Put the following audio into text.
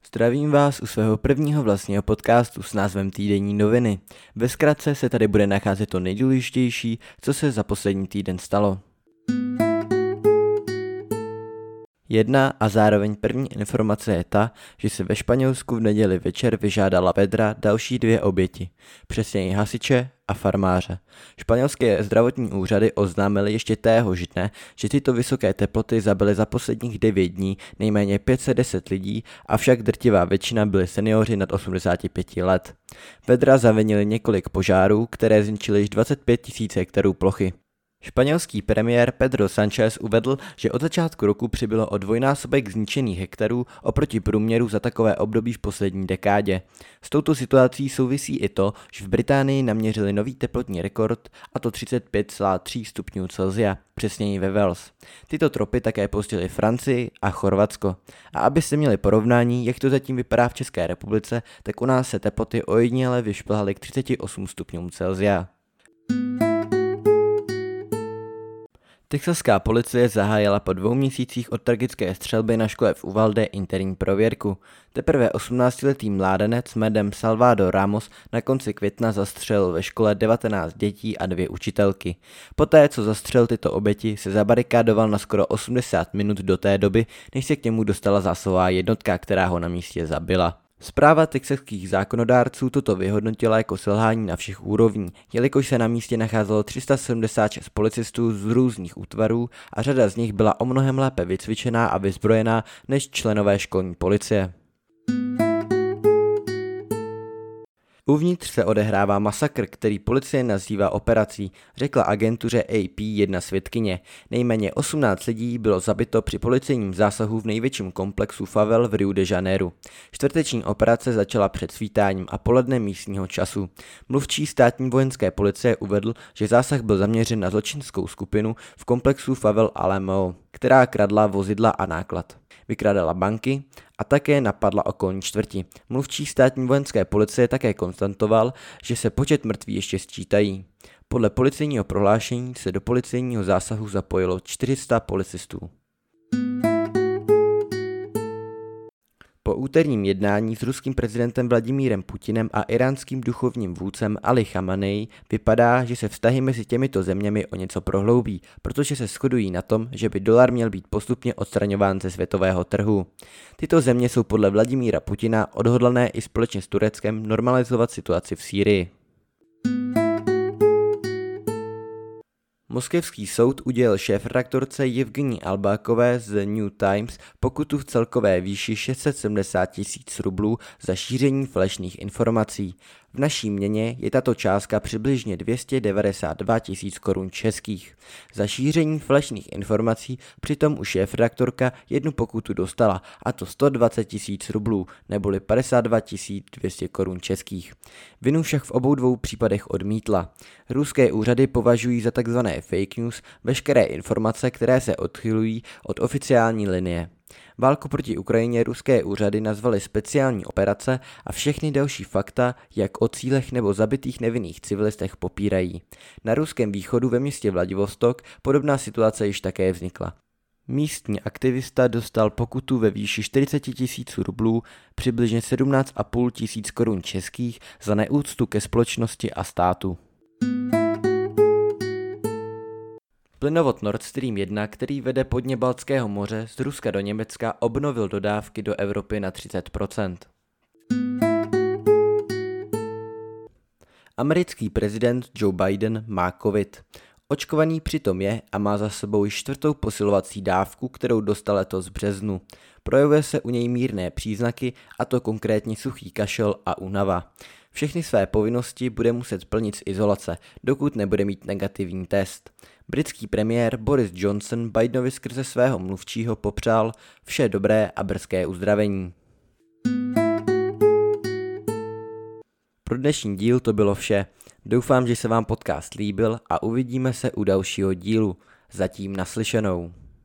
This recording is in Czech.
Zdravím vás u svého prvního vlastního podcastu s názvem Týdenní noviny. Ve zkratce se tady bude nacházet to nejdůležitější, co se za poslední týden stalo. Jedna a zároveň první informace je ta, že se ve Španělsku v neděli večer vyžádala Pedra další 2 oběti, přesněji hasiče a farmáře. Španělské zdravotní úřady oznámily ještě téhož dne, že tyto vysoké teploty zabily za posledních 9 dní nejméně 510 lidí, avšak drtivá většina byli seniori nad 85 let. Pedra zavinili několik požárů, které zničily již 25 000 hektarů plochy. Španělský premiér Pedro Sánchez uvedl, že od začátku roku přibylo o 2násobek zničených hektarů oproti průměru za takové období v poslední dekádě. S touto situací souvisí i to, že v Británii naměřili nový teplotní rekord, a to 35,3 stupňů Celsia, přesněji ve Wales. Tyto tropy také postihly Francii a Chorvatsko. A abyste měli porovnání, jak to zatím vypadá v České republice, tak u nás se teploty ojediněle vyšplhaly k 38 stupňům Celsia. Texaská policie zahájila po 2 měsících od tragické střelby na škole v Uvalde interní prověrku. Teprve 18letý mládenec jménem Salvador Ramos na konci května zastřelil ve škole 19 dětí a 2 učitelky. Poté, co zastřelil tyto oběti, se zabarikádoval na skoro 80 minut do té doby, než se k němu dostala zásahová jednotka, která ho na místě zabila. Správa texaských zákonodárců toto vyhodnotila jako selhání na všech úrovních, jelikož se na místě nacházelo 376 policistů z různých útvarů a řada z nich byla o mnohem lépe vycvičená a vyzbrojená než členové školní policie. Uvnitř se odehrává masakr, který policie nazývá operací, řekla agentuře AP jedna svědkyně. Nejméně 18 lidí bylo zabito při policejním zásahu v největším komplexu favel v Rio de Janeiro. Čtvrteční operace začala před svítáním a poledne místního času. Mluvčí státní vojenské policie uvedl, že zásah byl zaměřen na zločinskou skupinu v komplexu favel Alamo, která kradla vozidla a náklad. Vykrádala banky a také napadla okolní čtvrti. Mluvčí státní vojenské policie také konstatoval, že se počet mrtvých ještě sčítají. Podle policejního prohlášení se do policejního zásahu zapojilo 400 policistů. Po úterním jednání s ruským prezidentem Vladimírem Putinem a iránským duchovním vůdcem Ali Chamenei vypadá, že se vztahy mezi těmito zeměmi o něco prohloubí, protože se shodují na tom, že by dolar měl být postupně odstraňován ze světového trhu. Tyto země jsou podle Vladimíra Putina odhodlané i společně s Tureckem normalizovat situaci v Sýrii. Moskevský soud udělil šéfredaktorce Jevgenii Albákové z The New Times pokutu v celkové výši 670 000 rublů za šíření falešných informací. V naší měně je tato částka přibližně 292 000 korun českých. Za šíření falešných informací přitom už šéfredaktorka jednu pokutu dostala, a to 120 000 rublů, neboli 52 200 korun českých. Vinu však v obou dvou případech odmítla. Ruské úřady považují za tzv. Fake news veškeré informace, které se odchylují od oficiální linie. Válku proti Ukrajině ruské úřady nazvaly speciální operace a všechny další fakta, jak o cílech nebo zabitých nevinných civilistech, popírají. Na ruském východu ve městě Vladivostok podobná situace již také vznikla. Místní aktivista dostal pokutu ve výši 40 000 rublů, přibližně 17 500 korun českých, za neúctu ke společnosti a státu. Plynovod Nord Stream 1, který vede podně Baltského moře z Ruska do Německa, obnovil dodávky do Evropy na 30%. Americký prezident Joe Biden má covid. Očkovaný přitom je a má za sebou již 4. posilovací dávku, kterou dostal letos v březnu. Projevuje se u něj mírné příznaky, a to konkrétně suchý kašel a únava. Všechny své povinnosti bude muset plnit z izolace, dokud nebude mít negativní test. Britský premiér Boris Johnson Bidenovi skrze svého mluvčího popřál vše dobré a brzké uzdravení. Pro dnešní díl to bylo vše. Doufám, že se vám podcast líbil a uvidíme se u dalšího dílu. Zatím naslyšenou.